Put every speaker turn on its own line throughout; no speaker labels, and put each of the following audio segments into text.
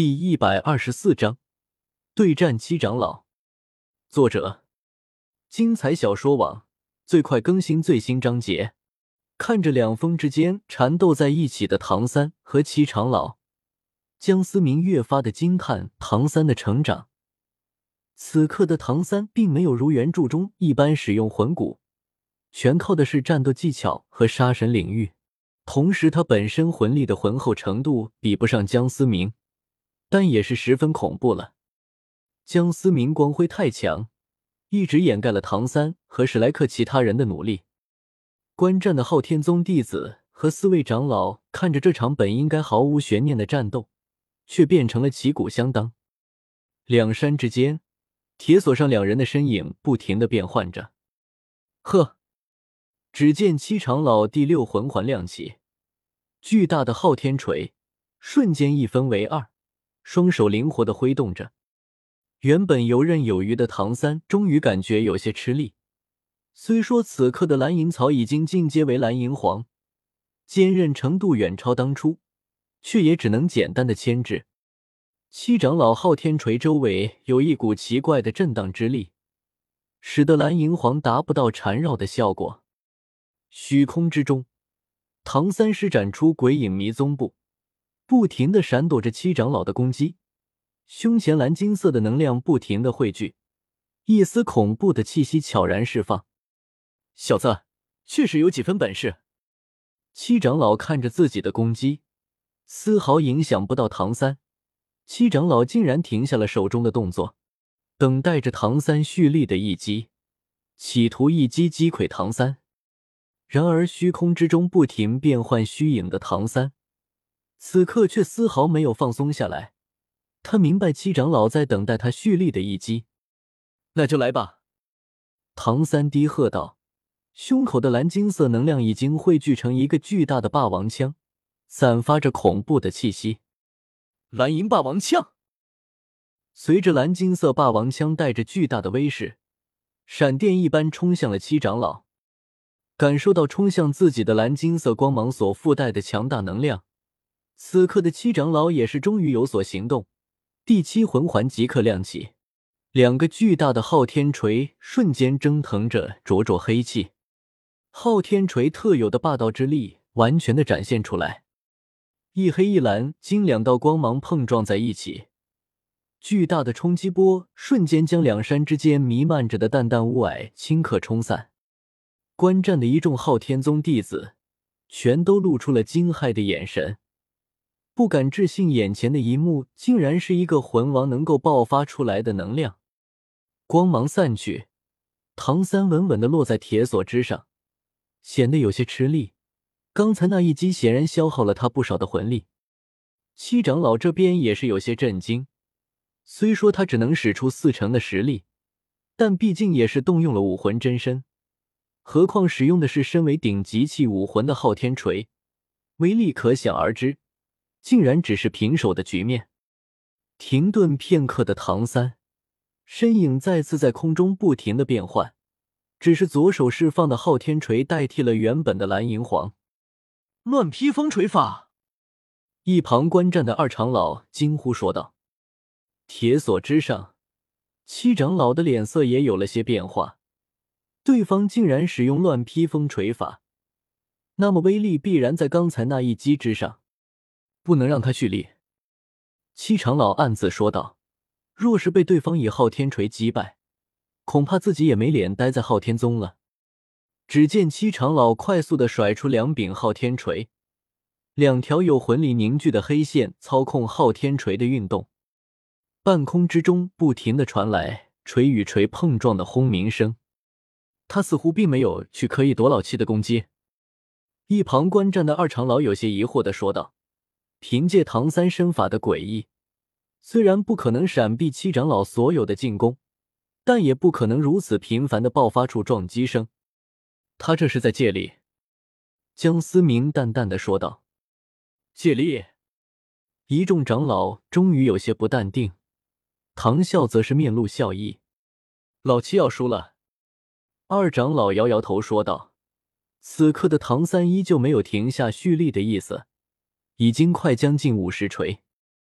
第124章对战七长老。作者：精彩小说网，最快更新最新章节。看着两峰之间缠斗在一起的唐三和七长老，江思明越发的惊叹唐三的成长。此刻的唐三并没有如原著中一般使用魂骨，全靠的是战斗技巧和杀神领域。同时他本身魂力的浑厚程度比不上江思明，但也是十分恐怖了。江思明光辉太强，一直掩盖了唐三和史莱克其他人的努力。观战的昊天宗弟子和4位长老看着这场本应该毫无悬念的战斗，却变成了旗鼓相当。两山之间，铁索上两人的身影不停地变换着。呵！只见七长老第6魂环亮起，巨大的昊天锤瞬间一分为二，双手灵活地挥动着。原本游刃有余的唐三终于感觉有些吃力。虽说此刻的蓝银草已经进阶为蓝银皇，坚韧程度远超当初，却也只能简单的牵制。七长老昊天锤周围有一股奇怪的震荡之力，使得蓝银皇达不到缠绕的效果。虚空之中，唐三施展出鬼影迷踪步，不停地闪躲着七长老的攻击，胸前蓝金色的能量不停地汇聚，一丝恐怖的气息悄然释放。小子，确实有几分本事。七长老看着自己的攻击，丝毫影响不到唐三。七长老竟然停下了手中的动作，等待着唐三蓄力的一击，企图一击击溃唐三。然而虚空之中不停变换虚影的唐三，此刻却丝毫没有放松下来。他明白七长老在等待他蓄力的一击。那就来吧！唐三低喝道，胸口的蓝金色能量已经汇聚成一个巨大的霸王枪，散发着恐怖的气息。蓝银霸王枪！随着蓝金色霸王枪带着巨大的威势，闪电一般冲向了七长老。感受到冲向自己的蓝金色光芒所附带的强大能量，此刻的七长老也是终于有所行动。第7魂环即刻亮起，两个巨大的昊天锤瞬间蒸腾着灼灼黑气，昊天锤特有的霸道之力完全的展现出来。一黑一蓝经两道光芒碰撞在一起，巨大的冲击波瞬间将两山之间弥漫着的淡淡雾霭顷刻冲散。观战的一众昊天宗弟子全都露出了惊骇的眼神，不敢置信眼前的一幕竟然是一个魂王能够爆发出来的能量。光芒散去，唐三稳稳地落在铁索之上，显得有些吃力。刚才那一击显然消耗了他不少的魂力。七长老这边也是有些震惊，虽说他只能使出40%的实力，但毕竟也是动用了武魂真身，何况使用的是身为顶级器武魂的昊天锤，威力可想而知，竟然只是平手的局面。停顿片刻的唐三身影再次在空中不停的变换，只是左手释放的昊天锤代替了原本的蓝银皇。乱披风锤法！一旁观战的二长老惊呼说道。铁索之上，七长老的脸色也有了些变化，对方竟然使用乱披风锤法，那么威力必然在刚才那一击之上，不能让他蓄力。七长老暗自说道，若是被对方以昊天锤击败，恐怕自己也没脸待在昊天宗了。只见七长老快速地甩出两柄昊天锤，两条有魂力凝聚的黑线操控昊天锤的运动，半空之中不停地传来锤与锤碰撞的轰鸣声。他似乎并没有去刻意躲老七的攻击。一旁观战的二长老有些疑惑地说道，凭借唐三身法的诡异，虽然不可能闪避七长老所有的进攻，但也不可能如此频繁地爆发出撞击声。他这是在借力。江思明淡淡地说道。借力？一众长老终于有些不淡定，唐啸则是面露笑意。老七要输了。二长老摇摇头说道。此刻的唐三依旧没有停下蓄力的意思，已经快将近50锤。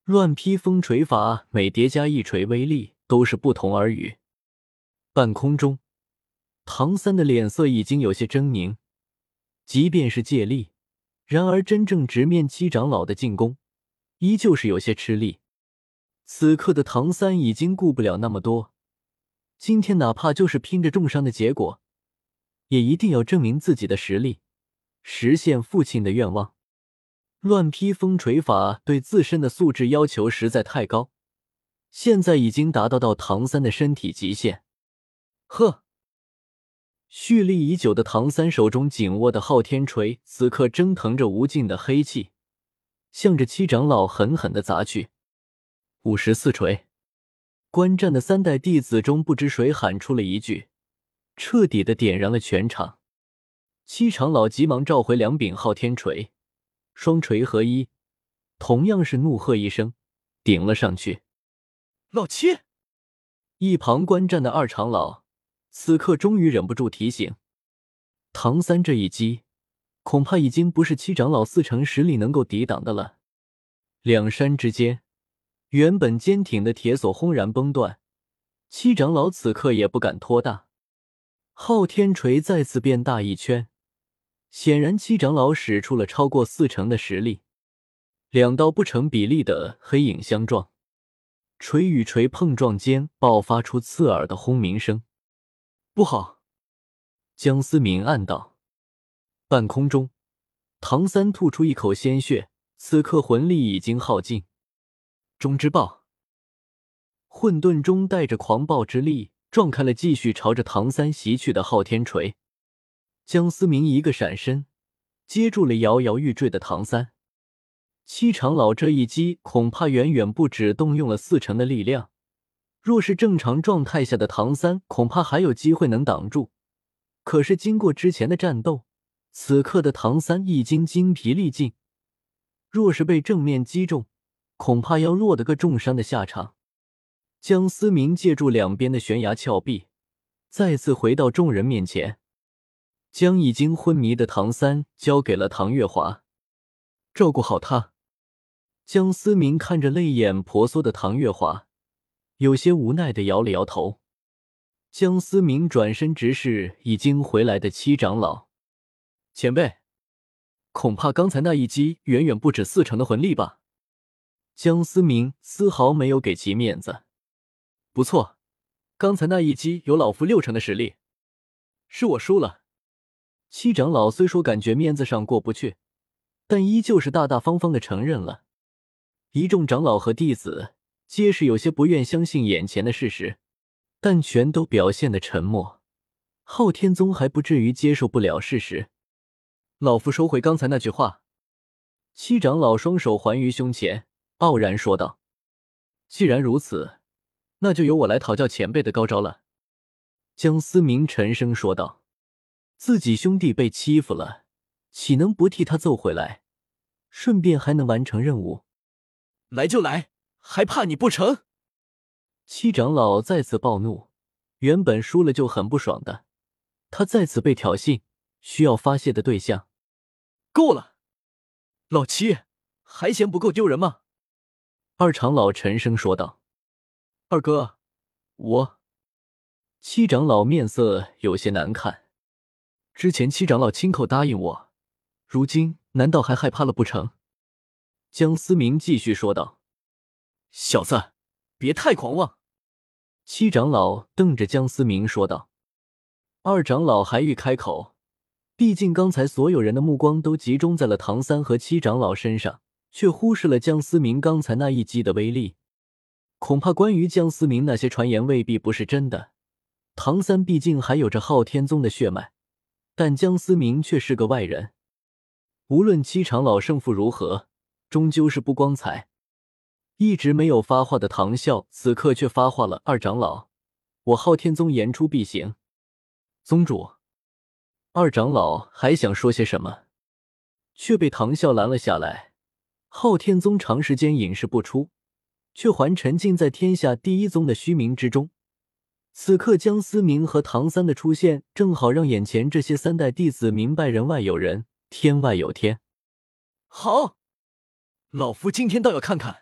乱披风锤法每叠加一锤，威力都是不同而语。半空中，唐三的脸色已经有些狰狞，即便是借力，然而真正直面七长老的进攻，依旧是有些吃力。此刻的唐三已经顾不了那么多，今天哪怕就是拼着重伤的结果，也一定要证明自己的实力，实现父亲的愿望。乱披风锤法对自身的素质要求实在太高，现在已经达到唐三的身体极限。呵！蓄力已久的唐三手中紧握的昊天锤此刻蒸腾着无尽的黑气，向着七长老狠狠地砸去。54锤！观战的三代弟子中不知谁喊出了一句，彻底的点燃了全场。七长老急忙召回两柄昊天锤，双锤合一，同样是怒喝一声，顶了上去。老七！一旁观战的二长老此刻终于忍不住提醒，唐三这一击恐怕已经不是七长老4成实力能够抵挡的了。两山之间，原本坚挺的铁索轰然崩断，七长老此刻也不敢托大。昊天锤再次变大一圈，显然七长老使出了超过4成的实力。两道不成比例的黑影相撞，锤与锤碰撞间爆发出刺耳的轰鸣声。不好！江思明暗道。半空中，唐三吐出一口鲜血，此刻魂力已经耗尽。中之爆！混沌中带着狂暴之力撞开了继续朝着唐三袭去的昊天锤。江思明一个闪身，接住了摇摇欲坠的唐三。七长老这一击恐怕远远不止动用了4成的力量，若是正常状态下的唐三恐怕还有机会能挡住，可是经过之前的战斗，此刻的唐三已经精疲力尽，若是被正面击中，恐怕要落得个重伤的下场。江思明借助两边的悬崖峭壁，再次回到众人面前，将已经昏迷的唐三交给了唐月华。照顾好他。江思明看着泪眼婆娑的唐月华，有些无奈地摇了摇头。江思明转身直视已经回来的七长老。前辈，恐怕刚才那一击远远不止4成的魂力吧？江思明丝毫没有给其面子。不错，刚才那一击有老夫6成的实力。是我输了。七长老虽说感觉面子上过不去，但依旧是大大方方地承认了。一众长老和弟子皆是有些不愿相信眼前的事实，但全都表现得沉默。昊天宗还不至于接受不了事实。老夫收回刚才那句话。七长老双手环于胸前，傲然说道。既然如此，那就由我来讨教前辈的高招了。江思明沉声说道。自己兄弟被欺负了，岂能不替他揍回来，顺便还能完成任务？来就来，还怕你不成？七长老再次暴怒，原本输了就很不爽的，他再次被挑衅，需要发泄的对象。够了！老七，还嫌不够丢人吗？二长老沉声说道。二哥，我……七长老面色有些难看。之前七长老亲口答应我，如今难道还害怕了不成？江思明继续说道。小子，别太狂妄！七长老瞪着江思明说道。二长老还欲开口，毕竟刚才所有人的目光都集中在了唐三和七长老身上，却忽视了江思明刚才那一击的威力。恐怕关于江思明那些传言未必不是真的，唐三毕竟还有着昊天宗的血脉，但江思明却是个外人。无论七长老胜负如何，终究是不光彩。一直没有发话的唐啸此刻却发话了。二长老，我昊天宗言出必行。宗主。二长老还想说些什么，却被唐啸拦了下来。昊天宗长时间隐世不出，却还沉浸在天下第一宗的虚名之中。此刻江思明和唐三的出现，正好让眼前这些三代弟子明白人外有人，天外有天。好，老夫今天倒要看看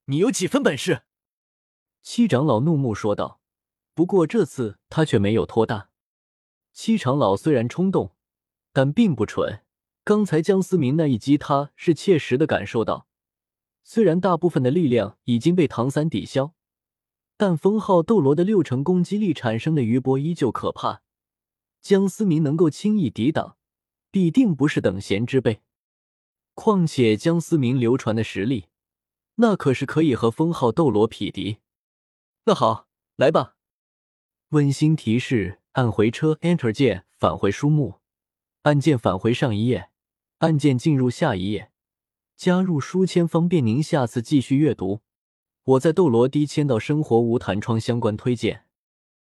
你有几分本事？
七长老怒目说道。不过这次他却没有拖大。七长老虽然冲动，但并不蠢。刚才江思明那一击，他是切实的感受到。虽然大部分的力量已经被唐三抵消，但封号斗罗的60%攻击力产生的余波依旧可怕。江思明能够轻易抵挡，必定不是等闲之辈。况且江思明流传的实力，那可是可以和封号斗罗匹敌。那好，来吧。温馨提示：按回车 Enter 键返回书目，按键返回上一页，按键进入下一页，加入书签方便您下次继续阅读。我在斗罗低签到生活无弹窗相关推荐。